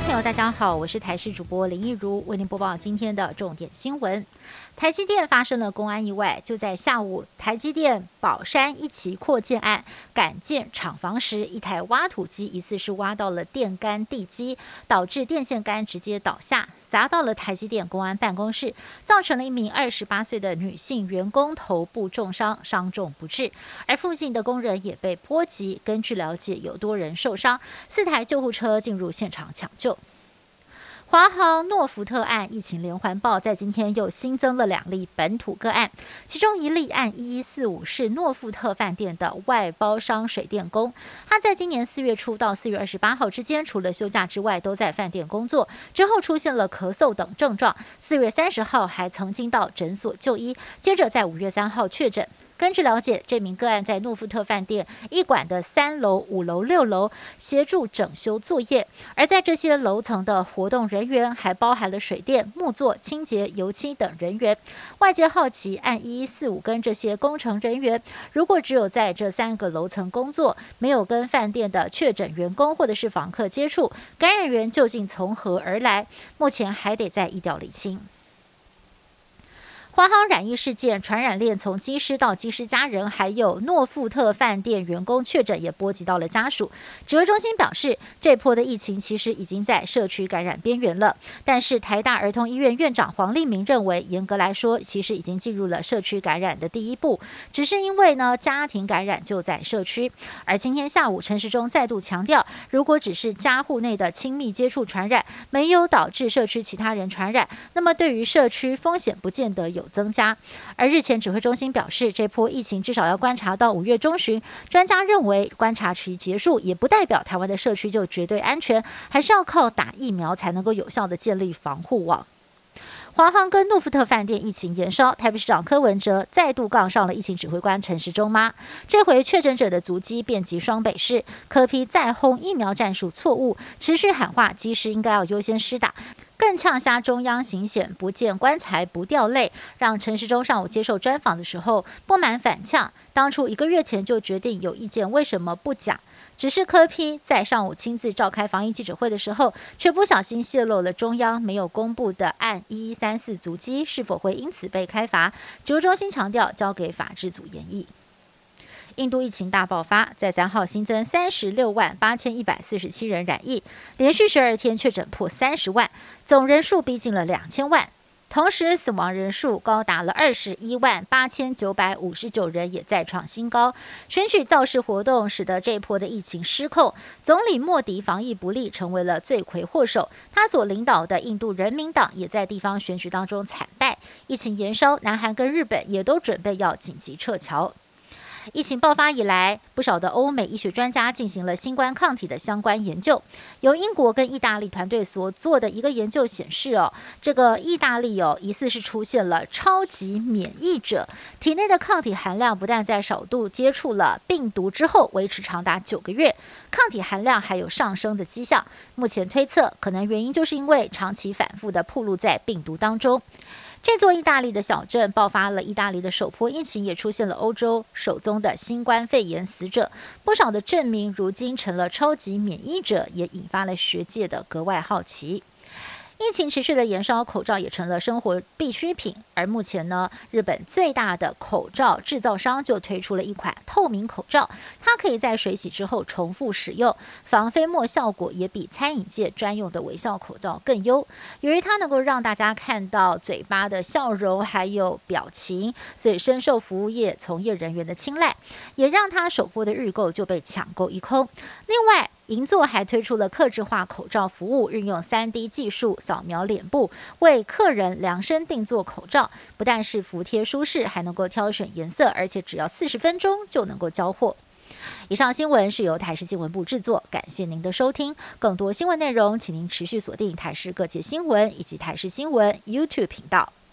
朋友大家好，我是台视主播林奕如，为您播报今天的重点新闻。台积电发生了公安意外，就在下午，台积电宝山一期扩建案赶建厂房时，一台挖土机疑似是挖到了电杆地基，导致电线杆直接倒下，砸到了台积电公安办公室，造成了一名28岁的女性员工头部重伤，伤重不治，而附近的工人也被波及。根据了解，有多人受伤，4台救护车进入现场抢救。华航诺福特案疫情连环爆，在今天又新增了2例本土个案，其中一例案1145是诺福特饭店的外包商水电工，他在今年4月初到4月28号之间，除了休假之外都在饭店工作，之后出现了咳嗽等症状，4月30号还曾经到诊所就医，接着在5月3号确诊。根据了解，这名个案在诺富特饭店一馆的3楼、5楼、6楼协助整修作业，而在这些楼层的活动人员还包含了水电、木作、清洁、油漆等人员。外界好奇，按1145跟这些工程人员，如果只有在这3个楼层工作，没有跟饭店的确诊员工或者是访客接触，感染源究竟从何而来？目前还得再疫调厘清。华航染疫事件传染链从机师到机师家人，还有诺富特饭店员工确诊，也波及到了家属。指挥中心表示，这波的疫情其实已经在社区感染边缘了，但是台大儿童医院院长黄立明认为，严格来说，其实已经进入了社区感染的第一步，只是因为呢家庭感染就在社区。而今天下午，陈时中再度强调，如果只是家户内的亲密接触传染，没有导致社区其他人传染，那么对于社区风险不见得有增加。而日前指挥中心表示，这波疫情至少要观察到5月中旬。专家认为，观察期结束也不代表台湾的社区就绝对安全，还是要靠打疫苗才能够有效的建立防护网。华航跟诺富特饭店疫情延烧，台北市长柯文哲再度杠上了疫情指挥官陈时中妈，这回确诊者的足迹遍及双北市，柯批再轰疫苗战术错误，持续喊话机师应该要优先施打，更呛下中央行险不见棺材不掉泪，让陈时中上午接受专访的时候不满反呛，当初1个月前就决定有意见，为什么不讲？只是柯批在上午亲自召开防疫记者会的时候，却不小心泄露了中央没有公布的案1134足迹，是否会因此被开罚？指挥中心强调，交给法制组研议。印度疫情大爆发，在3号新增36万8147人染疫，连续12天确诊破30万，总人数逼近了2000万。同时，死亡人数高达了21万8959人，也再创新高。选举造势活动使得这一波的疫情失控，总理莫迪防疫不力，成为了罪魁祸首。他所领导的印度人民党也在地方选举当中惨败。疫情延烧，南韩跟日本也都准备要紧急撤侨。疫情爆发以来，不少的欧美医学专家进行了新冠抗体的相关研究。由英国跟意大利团队所做的一个研究显示，这个意大利疑似是出现了超级免疫者，体内的抗体含量不但在首度接触了病毒之后维持长达9个月，抗体含量还有上升的迹象。目前推测，可能原因就是因为长期反复的暴露在病毒当中。这座意大利的小镇爆发了意大利的首波疫情，也出现了欧洲首宗的新冠肺炎死者。不少的镇民如今成了超级免疫者，也引发了学界的格外好奇。疫情持续的延烧，口罩也成了生活必需品。而目前呢，日本最大的口罩制造商就推出了一款透明口罩，它可以在水洗之后重复使用，防飞沫效果也比餐饮界专用的微笑口罩更优。由于它能够让大家看到嘴巴的笑容还有表情，所以深受服务业从业人员的青睐，也让它首波的预购就被抢购一空。另外，银座还推出了客制化口罩服务，运用3D 技术扫描脸部，为客人量身定做口罩，不但是服帖舒适，还能够挑选颜色，而且只要40分钟就能够交货。以上新闻是由台视新闻部制作，感谢您的收听。更多新闻内容，请您持续锁定台视各界新闻以及台视新闻 YouTube 频道。